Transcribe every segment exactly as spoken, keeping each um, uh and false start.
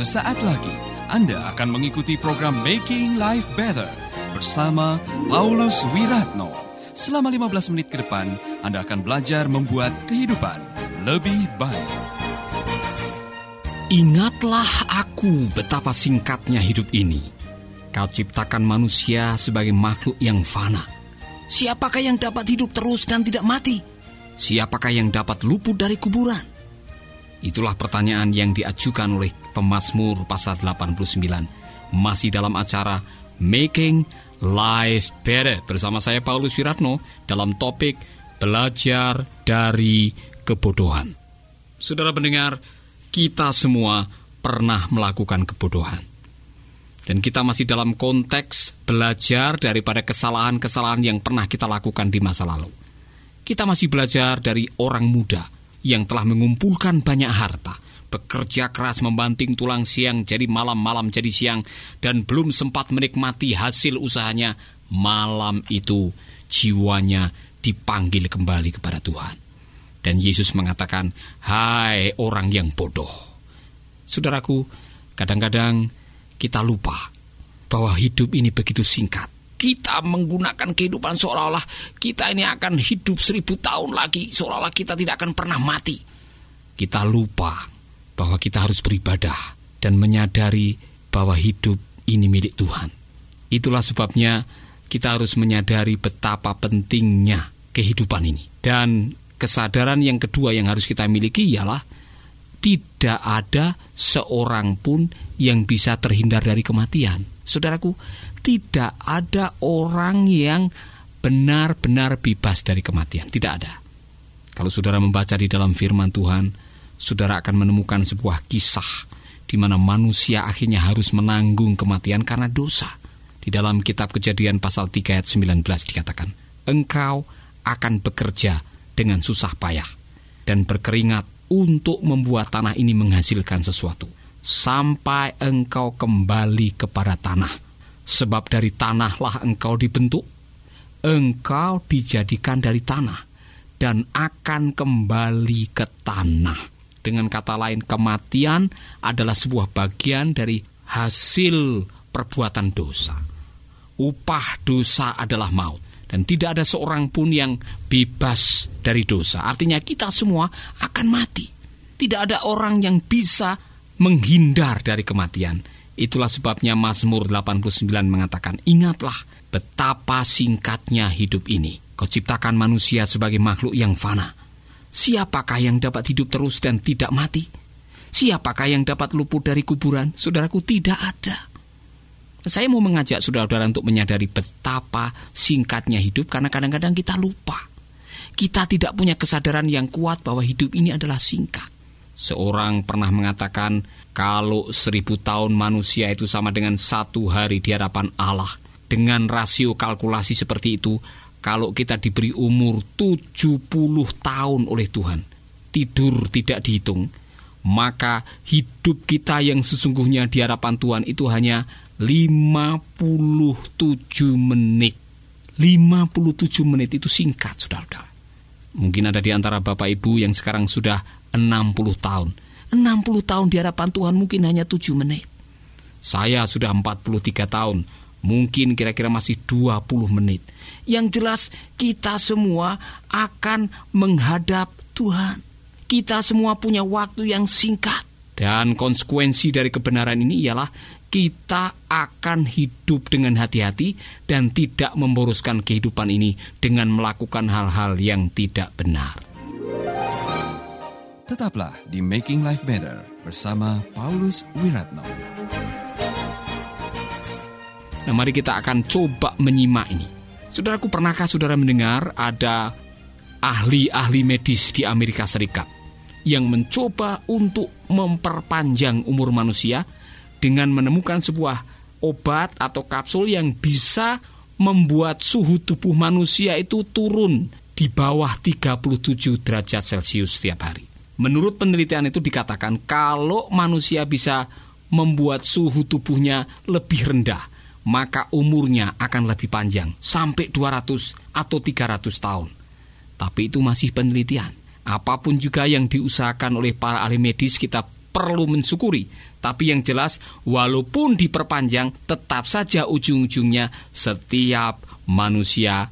Sesaat lagi Anda akan mengikuti program Making Life Better bersama Paulus Wiratno. Selama lima belas menit ke depan, Anda akan belajar membuat kehidupan lebih baik. Ingatlah aku betapa singkatnya hidup ini. Kau ciptakan manusia sebagai makhluk yang fana. Siapakah yang dapat hidup terus dan tidak mati? Siapakah yang dapat luput dari kuburan? Itulah pertanyaan yang diajukan oleh pemazmur pasal delapan puluh sembilan. Masih dalam acara Making Life Better bersama saya Paulus Wiratno dalam topik belajar dari kebodohan. Saudara pendengar, kita semua pernah melakukan kebodohan. Dan kita masih dalam konteks belajar daripada kesalahan-kesalahan yang pernah kita lakukan di masa lalu. Kita masih belajar dari orang muda yang telah mengumpulkan banyak harta, bekerja keras membanting tulang siang jadi malam, malam jadi siang, dan belum sempat menikmati hasil usahanya. Malam itu jiwanya dipanggil kembali kepada Tuhan. Dan Yesus mengatakan, hai orang yang bodoh. Saudaraku, kadang-kadang kita lupa bahwa hidup ini begitu singkat. Kita menggunakan kehidupan seolah-olah kita ini akan hidup seribu tahun lagi, seolah-olah kita tidak akan pernah mati. Kita lupa bahwa kita harus beribadah dan menyadari bahwa hidup ini milik Tuhan. Itulah sebabnya kita harus menyadari betapa pentingnya kehidupan ini. Dan kesadaran yang kedua yang harus kita miliki ialah tidak ada seorang pun yang bisa terhindar dari kematian. Saudaraku, tidak ada orang yang benar-benar bebas dari kematian. Tidak ada. Kalau saudara membaca di dalam firman Tuhan, saudara akan menemukan sebuah kisah di mana manusia akhirnya harus menanggung kematian karena dosa. Di dalam kitab Kejadian pasal tiga ayat sembilan belas dikatakan, engkau akan bekerja dengan susah payah dan berkeringat untuk membuat tanah ini menghasilkan sesuatu, sampai engkau kembali kepada tanah. Sebab dari tanahlah engkau dibentuk, engkau dijadikan dari tanah, dan akan kembali ke tanah. Dengan kata lain, kematian adalah sebuah bagian dari hasil perbuatan dosa. Upah dosa adalah maut, dan tidak ada seorang pun yang bebas dari dosa. Artinya kita semua akan mati. Tidak ada orang yang bisa menghindar dari kematian. Itulah sebabnya Mazmur delapan puluh sembilan mengatakan, ingatlah betapa singkatnya hidup ini. Kau ciptakan manusia sebagai makhluk yang fana. Siapakah yang dapat hidup terus dan tidak mati? Siapakah yang dapat luput dari kuburan? Saudaraku, tidak ada. Saya mau mengajak saudara-saudara untuk menyadari betapa singkatnya hidup, karena kadang-kadang kita lupa. Kita tidak punya kesadaran yang kuat bahwa hidup ini adalah singkat. Seorang pernah mengatakan, kalau seribu tahun manusia itu sama dengan satu hari di hadapan Allah. Dengan rasio kalkulasi seperti itu, kalau kita diberi umur tujuh puluh tahun oleh Tuhan, tidur tidak dihitung, maka hidup kita yang sesungguhnya di hadapan Tuhan itu hanya lima puluh tujuh menit. lima puluh tujuh menit itu singkat, saudara-saudara. Mungkin ada di antara Bapak Ibu yang sekarang sudah enam puluh tahun. enam puluh tahun di hadapan Tuhan mungkin hanya tujuh menit. Saya sudah empat puluh tiga tahun. Mungkin kira-kira masih dua puluh menit. Yang jelas kita semua akan menghadap Tuhan. Kita semua punya waktu yang singkat. Dan konsekuensi dari kebenaran ini ialah kita akan hidup dengan hati-hati dan tidak memboroskan kehidupan ini dengan melakukan hal-hal yang tidak benar. Tetaplah di Making Life Better bersama Paulus Wiratno. Nah, mari kita akan coba menyimak ini. Saudaraku, pernahkah saudara mendengar ada ahli-ahli medis di Amerika Serikat yang mencoba untuk memperpanjang umur manusia dengan menemukan sebuah obat atau kapsul yang bisa membuat suhu tubuh manusia itu turun di bawah tiga puluh tujuh derajat Celcius setiap hari. Menurut penelitian itu dikatakan kalau manusia bisa membuat suhu tubuhnya lebih rendah, maka umurnya akan lebih panjang, sampai dua ratus atau tiga ratus tahun. Tapi itu masih penelitian. Apapun juga yang diusahakan oleh para ahli medis, kita perlu mensyukuri. Tapi yang jelas, walaupun diperpanjang, tetap saja ujung-ujungnya setiap manusia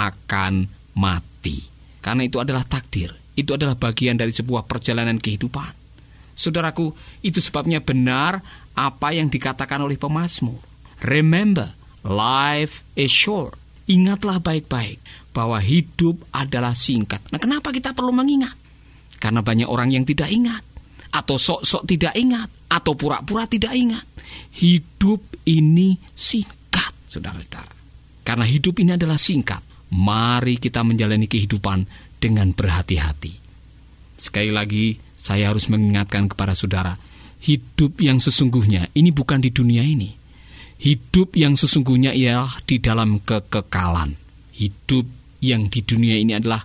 akan mati. Karena itu adalah takdir. Itu adalah bagian dari sebuah perjalanan kehidupan. Saudaraku, itu sebabnya benar apa yang dikatakan oleh pemazmur. Remember, life is short. Ingatlah baik-baik bahwa hidup adalah singkat. Nah, kenapa kita perlu mengingat? Karena banyak orang yang tidak ingat, atau sok-sok tidak ingat, atau pura-pura tidak ingat. Hidup ini singkat, saudara-saudara. Karena hidup ini adalah singkat, mari kita menjalani kehidupan dengan berhati-hati. Sekali lagi, saya harus mengingatkan kepada saudara, hidup yang sesungguhnya ini bukan di dunia ini. Hidup yang sesungguhnya ialah di dalam kekekalan. Hidup yang di dunia ini adalah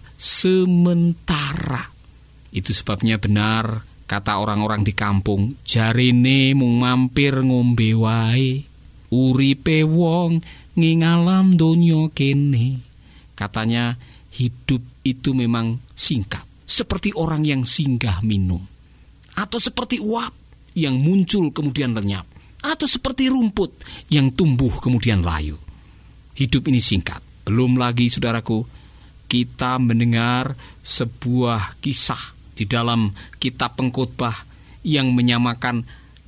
sementara. Itu sebabnya benar kata orang-orang di kampung, jarine mung mampir ngombe wae, uripe wong ngingalam donya kene. Katanya hidup itu memang singkat, seperti orang yang singgah minum, atau seperti uap yang muncul kemudian lenyap, atau seperti rumput yang tumbuh kemudian layu. Hidup ini singkat. Belum lagi, saudaraku, kita mendengar sebuah kisah di dalam kitab Pengkhotbah yang menyamakan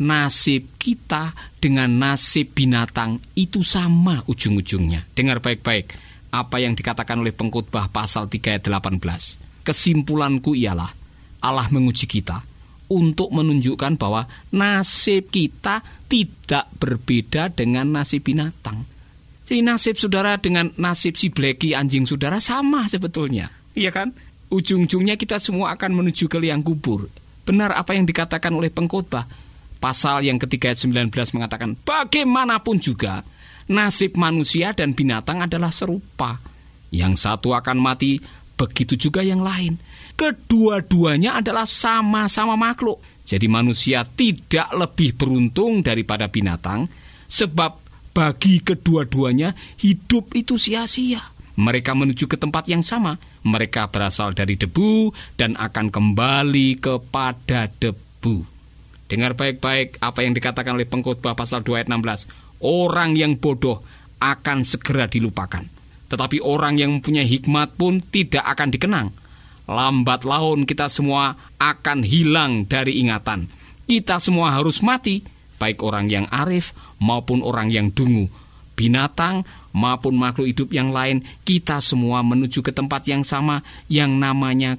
nasib kita dengan nasib binatang itu sama ujung-ujungnya. Dengar baik-baik apa yang dikatakan oleh Pengkhotbah pasal tiga ayat delapan belas. Kesimpulanku ialah Allah menguji kita untuk menunjukkan bahwa nasib kita tidak berbeda dengan nasib binatang. Jadi nasib saudara dengan nasib si bleki anjing saudara sama sebetulnya, iya kan? Ujung-ujungnya kita semua akan menuju ke liang kubur. Benar apa yang dikatakan oleh Pengkhotbah. Pasal yang ketiga ayat sembilan belas mengatakan, bagaimanapun juga nasib manusia dan binatang adalah serupa. Yang satu akan mati, begitu juga yang lain. Kedua-duanya adalah sama-sama makhluk. Jadi manusia tidak lebih beruntung daripada binatang, sebab bagi kedua-duanya hidup itu sia-sia. Mereka menuju ke tempat yang sama. Mereka berasal dari debu dan akan kembali kepada debu. Dengar baik-baik apa yang dikatakan oleh Pengkhotbah pasal dua ayat enam belas. Orang yang bodoh akan segera dilupakan, tetapi orang yang mempunyai hikmat pun tidak akan dikenang. Lambat laun kita semua akan hilang dari ingatan. Kita semua harus mati, baik orang yang arif maupun orang yang dungu, binatang maupun makhluk hidup yang lain. Kita semua menuju ke tempat yang sama yang namanya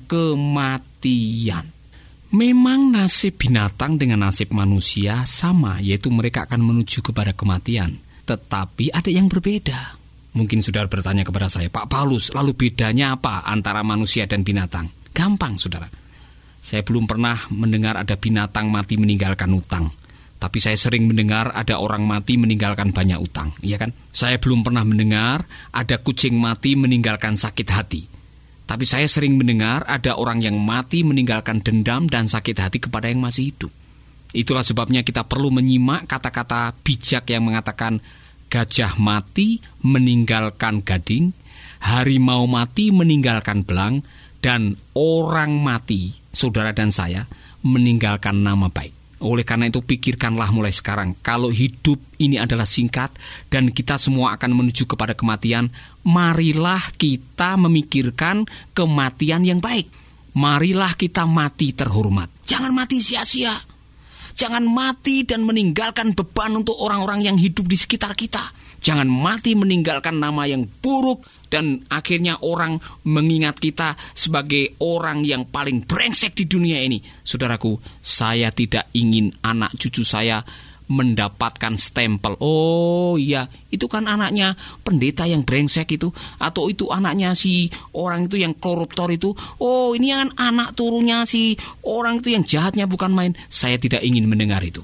kematian. Memang nasib binatang dengan nasib manusia sama, yaitu mereka akan menuju kepada kematian. Tetapi ada yang berbeda. Mungkin saudara bertanya kepada saya, Pak Paulus, lalu bedanya apa antara manusia dan binatang? Gampang, saudara. Saya belum pernah mendengar ada binatang mati meninggalkan utang. Tapi saya sering mendengar ada orang mati meninggalkan banyak utang, iya kan? Saya belum pernah mendengar ada kucing mati meninggalkan sakit hati. Tapi saya sering mendengar ada orang yang mati meninggalkan dendam dan sakit hati kepada yang masih hidup. Itulah sebabnya kita perlu menyimak kata-kata bijak yang mengatakan gajah mati meninggalkan gading, harimau mati meninggalkan belang, dan orang mati, saudara dan saya, meninggalkan nama baik. Oleh karena itu pikirkanlah mulai sekarang, kalau hidup ini adalah singkat dan kita semua akan menuju kepada kematian, marilah kita memikirkan kematian yang baik. Marilah kita mati terhormat. Jangan mati sia-sia. Jangan mati dan meninggalkan beban untuk orang-orang yang hidup di sekitar kita. Jangan mati meninggalkan nama yang buruk dan akhirnya orang mengingat kita sebagai orang yang paling brengsek di dunia ini. Saudaraku, saya tidak ingin anak cucu saya mendapatkan stempel. Oh iya, itu kan anaknya pendeta yang brengsek itu, atau itu anaknya si orang itu yang koruptor itu. Oh, ini kan anak turunnya si orang itu yang jahatnya bukan main. Saya tidak ingin mendengar itu.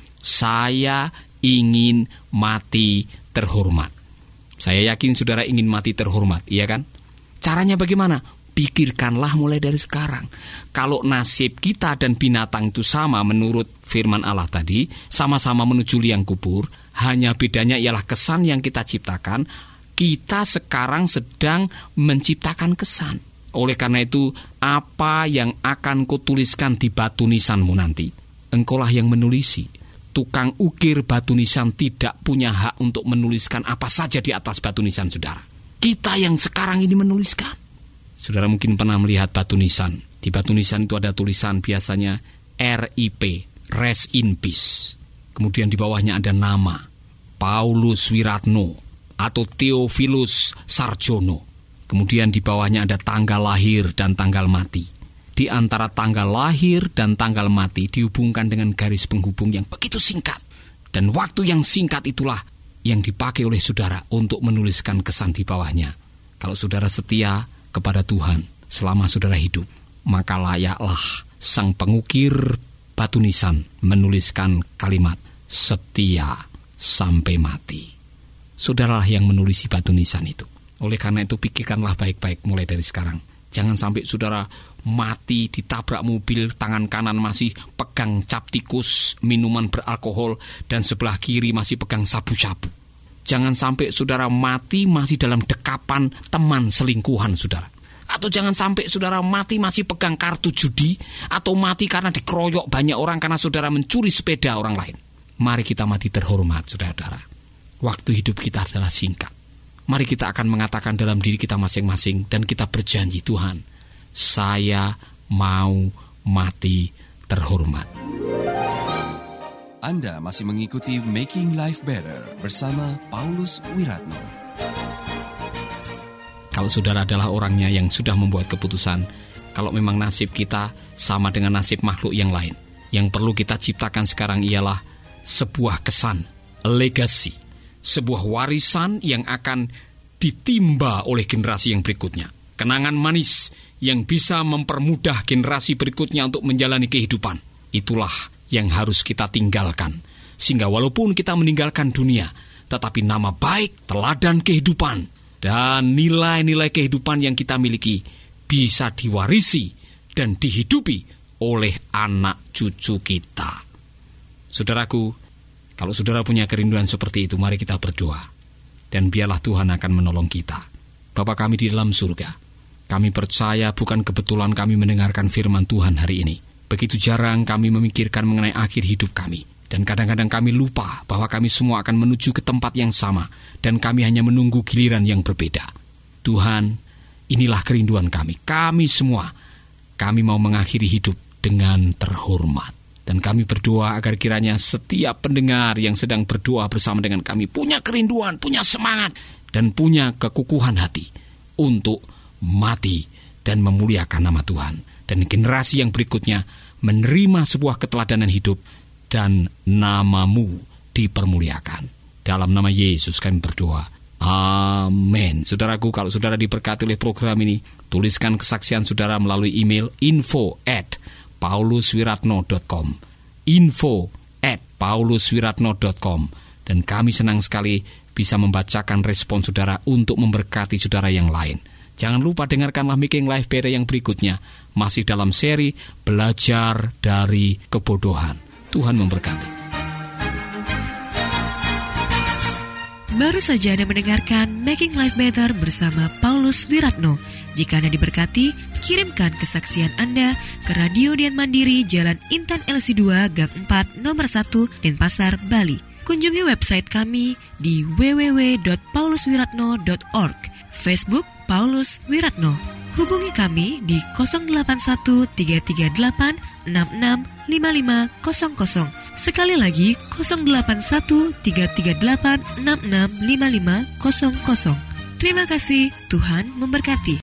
Saya ingin mati terhormat. Saya yakin saudara ingin mati terhormat, iya kan? Caranya bagaimana? Pikirkanlah mulai dari sekarang. Kalau nasib kita dan binatang itu sama menurut firman Allah tadi, sama-sama menuju liang kubur, hanya bedanya ialah kesan yang kita ciptakan. Kita sekarang sedang menciptakan kesan. Oleh karena itu, apa yang akan kutuliskan di batu nisanmu nanti? engkaulah yang menulisi. Tukang ukir batu nisan tidak punya hak untuk menuliskan apa saja di atas batu nisan saudara. Kita yang sekarang ini menuliskan. Saudara mungkin pernah melihat batu nisan. Di batu nisan itu ada tulisan biasanya R I P, Rest in Peace. Kemudian di bawahnya ada nama, Paulus Wiratno atau Theophilus Sarjono. Kemudian di bawahnya ada tanggal lahir dan tanggal mati. Di antara tanggal lahir dan tanggal mati dihubungkan dengan garis penghubung yang begitu singkat. Dan waktu yang singkat itulah yang dipakai oleh saudara untuk menuliskan kesan di bawahnya. Kalau saudara setia kepada Tuhan selama saudara hidup, maka layaklah sang pengukir batu nisan menuliskan kalimat setia sampai mati. Saudaralah yang menulisi batu nisan itu. Oleh karena itu pikirkanlah baik-baik mulai dari sekarang. Jangan sampai saudara mati ditabrak mobil, tangan kanan masih pegang cap tikus, minuman beralkohol, dan sebelah kiri masih pegang sabu-sabu. Jangan sampai saudara mati masih dalam dekapan teman selingkuhan saudara. Atau jangan sampai saudara mati masih pegang kartu judi, atau mati karena dikeroyok banyak orang karena saudara mencuri sepeda orang lain. Mari kita mati terhormat saudara-saudara. Waktu hidup kita adalah singkat. Mari kita akan mengatakan dalam diri kita masing-masing dan kita berjanji, Tuhan, saya mau mati terhormat. Anda masih mengikuti Making Life Better bersama Paulus Wiratno. Kalau saudara adalah orangnya yang sudah membuat keputusan, kalau memang nasib kita sama dengan nasib makhluk yang lain, yang perlu kita ciptakan sekarang ialah sebuah kesan, legacy, sebuah warisan yang akan ditimba oleh generasi yang berikutnya. Kenangan manis yang bisa mempermudah generasi berikutnya untuk menjalani kehidupan. Itulah yang harus kita tinggalkan. Sehingga walaupun kita meninggalkan dunia, tetapi nama baik, teladan kehidupan, dan nilai-nilai kehidupan yang kita miliki bisa diwarisi dan dihidupi oleh anak cucu kita. Saudaraku, kalau saudara punya kerinduan seperti itu, mari kita berdoa. Dan biarlah Tuhan akan menolong kita. Bapa kami di dalam surga, kami percaya bukan kebetulan kami mendengarkan firman Tuhan hari ini. Begitu jarang kami memikirkan mengenai akhir hidup kami. Dan kadang-kadang kami lupa bahwa kami semua akan menuju ke tempat yang sama. Dan kami hanya menunggu giliran yang berbeda. Tuhan, inilah kerinduan kami. Kami semua, kami mau mengakhiri hidup dengan terhormat. Dan kami berdoa agar kiranya setiap pendengar yang sedang berdoa bersama dengan kami punya kerinduan, punya semangat, dan punya kekukuhan hati untuk mati dan memuliakan nama Tuhan. Dan generasi yang berikutnya menerima sebuah keteladanan hidup dan namamu dipermuliakan. Dalam nama Yesus kami berdoa. Amin. Saudaraku, kalau saudara diberkati oleh program ini, tuliskan kesaksian saudara melalui email info at pauluswiratno dot com, info at pauluswiratno dot com, dan kami senang sekali bisa membacakan respon saudara untuk memberkati saudara yang lain. Jangan lupa dengarkanlah Making Life Better yang berikutnya, masih dalam seri Belajar dari Kebodohan. Tuhan memberkati. Baru saja Anda mendengarkan Making Life Better bersama Paulus Wiratno. Jika Anda diberkati, kirimkan kesaksian Anda ke Radio Dian Mandiri, Jalan Intan L C dua, Gang empat, Nomor satu, Denpasar, Bali. Kunjungi website kami di w w w dot pauluswiratno dot org, Facebook Paulus Wiratno. Hubungi kami di nol delapan satu tiga tiga delapan enam enam lima lima nol nol. Sekali lagi nol delapan satu tiga tiga delapan enam enam lima lima nol nol. Terima kasih, Tuhan memberkati.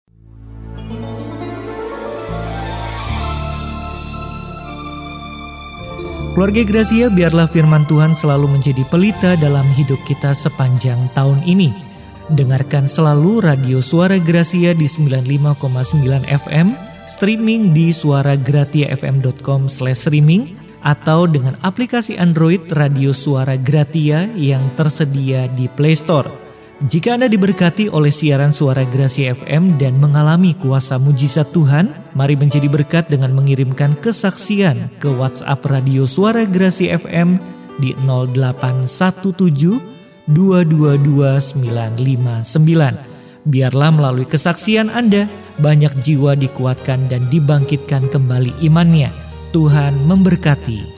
Keluarga Gracia, biarlah firman Tuhan selalu menjadi pelita dalam hidup kita sepanjang tahun ini. Dengarkan selalu Radio Suara Gracia di sembilan puluh lima koma sembilan F M, streaming di suaragratia f m dot com slash streaming, atau dengan aplikasi Android Radio Suara Gratia yang tersedia di Play Store. Jika Anda diberkati oleh siaran Suara Gracia F M dan mengalami kuasa mujizat Tuhan, mari menjadi berkat dengan mengirimkan kesaksian ke WhatsApp Radio Suara Gracia F M di nol delapan satu tujuh dua dua dua sembilan lima sembilan. Biarlah melalui kesaksian Anda, banyak jiwa dikuatkan dan dibangkitkan kembali imannya. Tuhan memberkati.